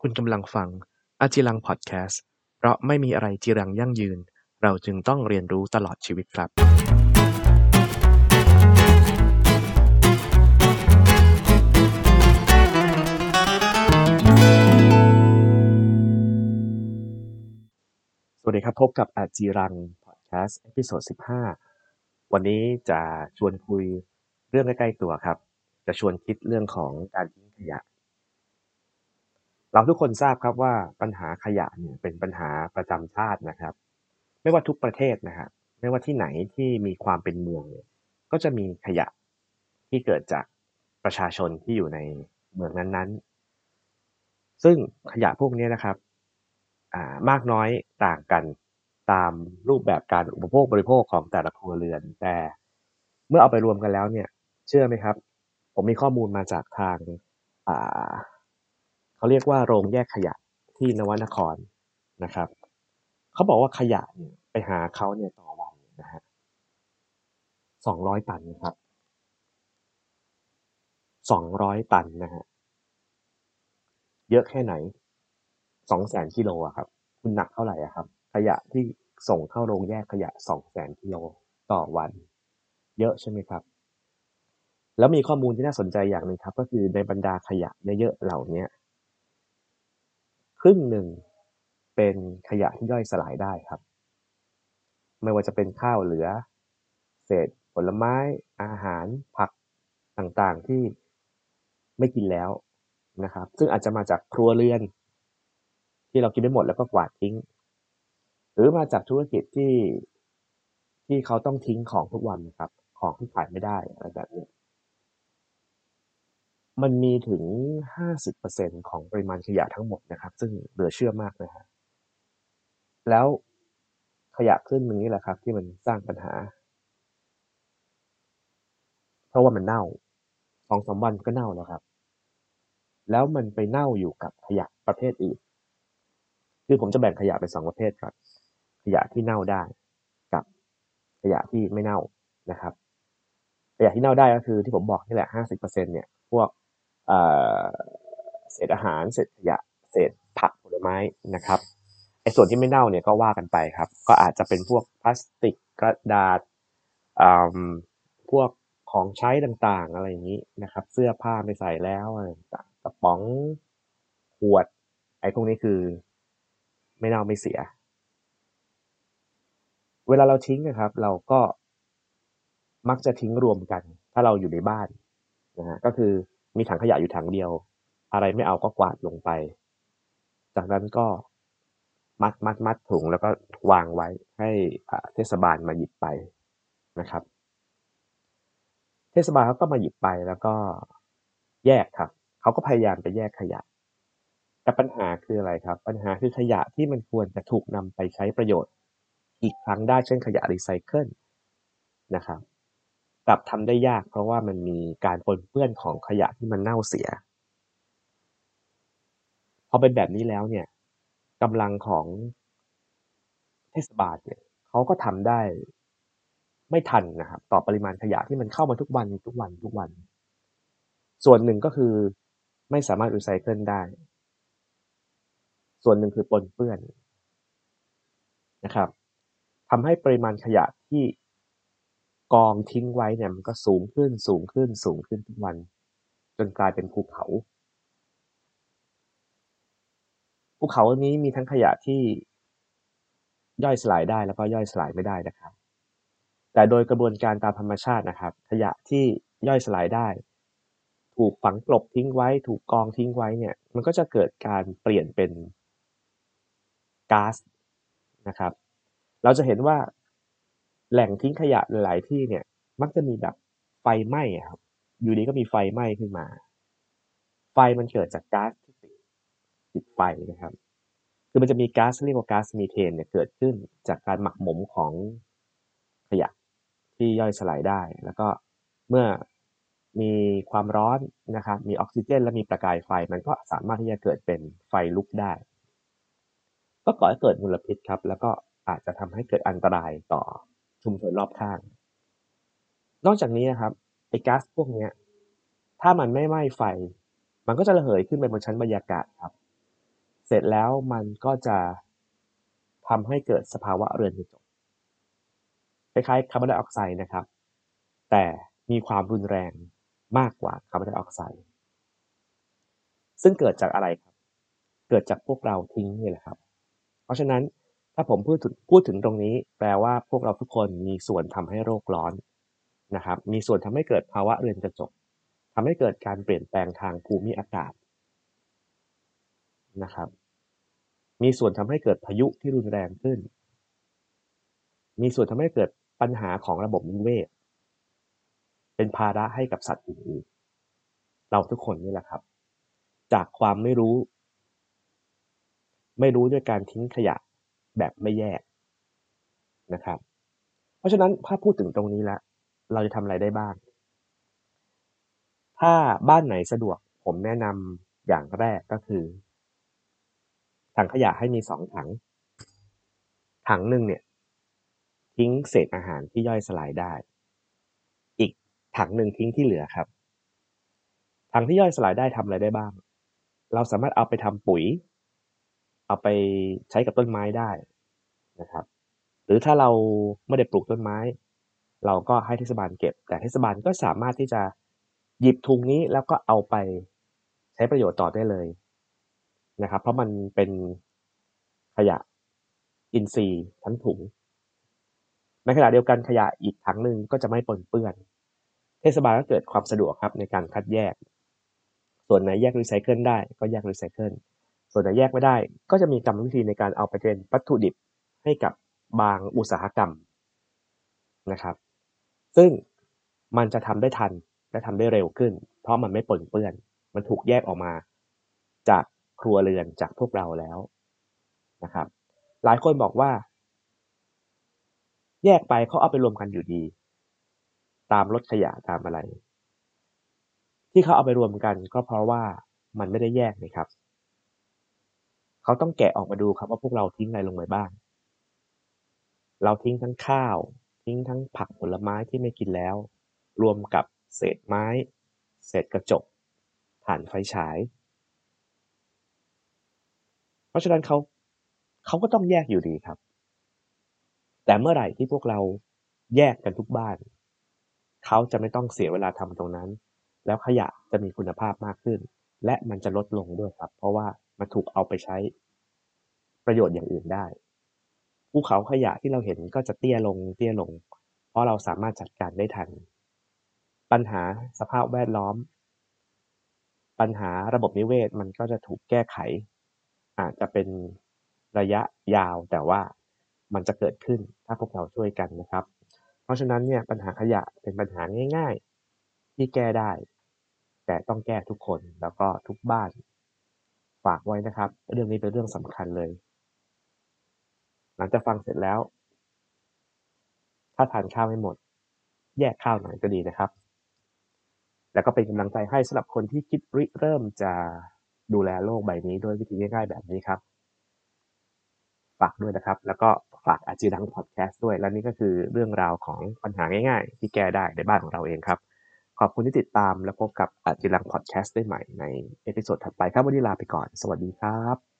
คุณกำลังฟังอาจิรังพอดแคสต์เพราะไม่มีอะไรจีรังยั่งยืนเราจึงต้องเรียนรู้ตลอดชีวิตครับสวัสดีครับพบกับอาจิรังพอดแคสต์เอพิโซด15วันนี้จะชวนคุยเรื่องใกล้ๆตัวครับจะชวนคิดเรื่องของการทิ้งขยะเราทุกคนทราบครับว่าปัญหาขยะเนี่ยเป็นปัญหาประจำชาตินะครับไม่ว่าทุกประเทศนะฮะไม่ว่าที่ไหนที่มีความเป็นเมืองเนี่ยก็จะมีขยะที่เกิดจากประชาชนที่อยู่ในเมืองนั้นๆซึ่งขยะพวกนี้นะครับมากน้อยต่างกันตามรูปแบบการอุปโภคบริโภคของแต่ละครัวเรือนแต่เมื่อเอาไปรวมกันแล้วเนี่ยเชื่อไหมครับผมมีข้อมูลมาจากทางอ่าเขาเรียกว่าโรงแยกขยะที่นวนครนะครับเขาบอกว่าขยะเนี่ยไปหาเขาเนี่ยต่อวันนะฮะ200 ตันนะครับ200 ตันนะฮะเยอะแค่ไหน200,000 กิโลอะครับคุณหนักเท่าไหร่อะครับขยะที่ส่งเข้าโรงแยกขยะ200,000 กิโลต่อวันเยอะใช่ไหมครับแล้วมีข้อมูลที่น่าสนใจอย่างหนึ่งครับก็คือในบรรดาขยะเยอะๆเหล่านี้ครึ่งหนึ่งเป็นขยะที่ย่อยสลายได้ครับไม่ว่าจะเป็นข้าวเหลือเศษผลไม้อาหารผักต่างๆที่ไม่กินแล้วนะครับซึ่งอาจจะมาจากครัวเรือนที่เรากินไม่หมดแล้วก็กวาดทิ้งหรือมาจากธุรกิจที่เขาต้องทิ้งของทุกวันนะครับของที่ขายไม่ได้อะไรแบบนี้มันมีถึง50%ของปริมาณขยะทั้งหมดนะครับซึ่งเหลือเชื่อมากเลยครับแล้วขยะครึ่งหนึ่งนี่แหละครับที่มันสร้างปัญหาเพราะว่ามันเน่า2-3 วันก็เน่าแล้วครับแล้วมันไปเน่าอยู่กับขยะประเภทอื่นคือผมจะแบ่งขยะเป็น2 ประเภทครับขยะที่เน่าได้กับขยะที่ไม่เน่านะครับขยะที่เน่าได้ก็คือที่ผมบอกนี่แหละ50%เนี่ยพวกเอ่อเศษอาหารเศษขยะเศษผักผลไม้นะครับไอ้ส่วนที่ไม่เน่าเนี่ยก็ว่ากันไปครับก็อาจจะเป็นพวกพลาสติกกระดาษอ่าพวกของใช้ต่างๆอะไรอย่างนี้นะครับเสื้อผ้าไม่ใส่แล้วอะไรต่างๆกระป๋องขวดไอ้พวกนี้คือไม่เน่าไม่เสียเวลาเราทิ้งนะครับเราก็มักจะทิ้งรวมกันถ้าเราอยู่ในบ้านนะฮะก็คือมีถังขยะอยู่ถังเดียวอะไรไม่เอาก็กวาดลงไปจากนั้นก็มัดถุงแล้วก็วางไว้ให้เทศบาลมาหยิบไปนะครับเทศบาลเขาก็มาหยิบไปแล้วก็แยกครับเขาก็พยายามจะแยกขยะแต่ปัญหาคืออะไรครับปัญหาคือขยะที่มันควรจะถูกนำไปใช้ประโยชน์อีกครั้งได้เช่นขยะรีไซเคิลนะครับกลับทำได้ยากเพราะว่ามันมีการปนเปื้อนของขยะที่มันเน่าเสียพอเป็นแบบนี้แล้วเนี่ยกำลังของเทศบาลเนี่ยเขาก็ทำได้ไม่ทันนะครับต่อปริมาณขยะที่มันเข้ามาทุกวันส่วนหนึ่งก็คือไม่สามารถรีไซเคิลได้ส่วนหนึ่งคือปนเปื้อนนะครับทำให้ปริมาณขยะที่กองทิ้งไว้เนี่ยมันก็สูงขึ้นทุกวันจนกลายเป็นภูเขานี้มีทั้งขยะที่ย่อยสลายได้แล้วก็ย่อยสลายไม่ได้นะครับแต่โดยกระบวนการตามธรรมชาตินะครับขยะที่ย่อยสลายได้ถูกฝังกลบทิ้งไว้ถูกกองทิ้งไว้เนี่ยมันก็จะเกิดการเปลี่ยนเป็นก๊าซนะครับเราจะเห็นว่าแหล่งทิ้งขยะหลายๆที่เนี่ยมักจะมีแบบไฟไหม้อะครับอยู่ดีก็มีไฟไหม้ขึ้นมาไฟมันเกิดจากก๊าซที่ติดไฟนะครับ คือมันจะมีก๊าซเรียกว่าก๊าซมีเทนเนี่ยเกิดขึ้นจากการหมักหมมของขยะที่ย่อยสลายได้แล้วก็เมื่อมีความร้อนนะครับมีออกซิเจนและมีประกายไฟมันก็สามารถที่จะเกิดเป็นไฟลุกได้ก็ก่อให้เกิดมลพิษครับแล้วก็อาจจะทำให้เกิดอันตรายต่อชุมชนรอบข้างนอกจากนี้นะครับไอ้ก๊าซพวกนี้ถ้ามันไม่ไหม้ไฟมันก็จะระเหยขึ้นไปบนชั้นบรรยากาศครับร็จแล้วมันก็จะทำให้เกิดสภาวะเรือนกระจกคล้ายๆคาร์บอนไดออกไซด์นะครับแต่มีความรุนแรงมากกว่าคาร์บอนไดออกไซด์ซึ่งเกิดจากอะไรครับเกิดจากพวกเราทิ้งนี่แหละครับเพราะฉะนั้นถ้าผมพูดถึงตรงนี้แปลว่าพวกเราทุกคนมีส่วนทำให้โลกร้อนนะครับมีส่วนทำให้เกิดภาวะเรือนกระจกทำให้เกิดการเปลี่ยนแปลงทางภูมิอากาศนะครับมีส่วนทำให้เกิดพายุที่รุนแรงขึ้นมีส่วนทำให้เกิดปัญหาของระบบนิเวศเป็นภาระให้กับสัตว์อื่นๆเราทุกคนนี่แหละครับจากความไม่รู้ด้วยการทิ้งขยะแบบไม่แยกนะครับเพราะฉะนั้นถ้าพูดถึงตรงนี้แล้วเราจะทำอะไรได้บ้างถ้าบ้านไหนสะดวกผมแนะนำอย่างแรกก็คือถังขยะให้มี2 ถังถังหนึ่งเนี่ยทิ้งเศษอาหารที่ย่อยสลายได้อีกถังหนึ่งทิ้งที่เหลือครับถังที่ย่อยสลายได้ทำอะไรได้บ้างเราสามารถเอาไปทำปุ๋ยเอาไปใช้กับต้นไม้ได้นะครับหรือถ้าเราไม่ได้ปลูกต้นไม้เราก็ให้เทศบาลเก็บแต่เทศบาลก็สามารถที่จะหยิบถุงนี้แล้วก็เอาไปใช้ประโยชน์ต่อได้เลยนะครับเพราะมันเป็นขยะอินทรีย์ทั้งถุงในขณะเดียวกันขยะอีกถังหนึ่งก็จะไม่ปนเปื้อนเทศบาลก็เกิดความสะดวกครับในการคัดแยกส่วนไหนแยกรีไซเคิลได้ก็แยกรีไซเคิลส่วนไหนแยกไม่ได้ก็จะมีกรรมวิธีในการเอาไปเป็นวัตถุดิบให้กับบางอุตสาหกรรมนะครับซึ่งมันจะทำได้ทันและทำได้เร็วขึ้นเพราะมันไม่ปนเปื้อนมันถูกแยกออกมาจากครัวเรือนจากพวกเราแล้วนะครับหลายคนบอกว่าแยกไปเขาเอาไปรวมกันอยู่ดีตามรถขยะตามอะไรที่เขาเอาไปรวมกันก็เพราะว่ามันไม่ได้แยกนะครับเขาต้องแกะออกมาดูครับว่าพวกเราทิ้งอะไรลงไปบ้างเราทิ้งทั้งข้าวทิ้งทั้งผักผลไม้ที่ไม่กินแล้วรวมกับเศษไม้เศษกระจกถ่านไฟฉายเพราะฉะนั้นเขาก็ต้องแยกอยู่ดีครับแต่เมื่อไหร่ที่พวกเราแยกกันทุกบ้านเขาจะไม่ต้องเสียเวลาทำตรงนั้นแล้วขยะจะมีคุณภาพมากขึ้นและมันจะลดลงด้วยครับเพราะว่ามันถูกเอาไปใช้ประโยชน์อย่างอื่นได้ภูเขาขยะที่เราเห็นก็จะเตี้ยลงเพราะเราสามารถจัดการได้ทันปัญหาสภาพแวดล้อมปัญหาระบบนิเวศมันก็จะถูกแก้ไขอาจจะเป็นระยะยาวแต่ว่ามันจะเกิดขึ้นถ้าพวกเราช่วยกันนะครับเพราะฉะนั้นเนี่ยปัญหาขยะเป็นปัญหาง่ายๆที่แก้ได้แต่ต้องแก้ทุกคนแล้วก็ทุกบ้านฝากไว้นะครับเรื่องนี้เป็นเรื่องสำคัญเลยหลังจากฟังเสร็จแล้วถ้าทานข้าวไม่หมดแยกข้าวหน่อยก็ดีนะครับแล้วก็เป็นกำลังใจให้สำหรับคนที่คิดริเริ่มจะดูแลโลกใบนี้ด้วยวิธีง่ายๆแบบนี้ครับ ฝากด้วยนะครับแล้วก็ฝากอาจีรังพอดแคสต์ด้วยและนี่ก็คือเรื่องราวของปัญหาง่ายๆที่แก้ได้ในบ้านของเราเองครับขอบคุณที่ติดตามและพบกับอาจีรังพอดแคสต์ได้ใหม่ในเอพิโซดถัดไปครับวันนี้ลาไปก่อนสวัสดีครับ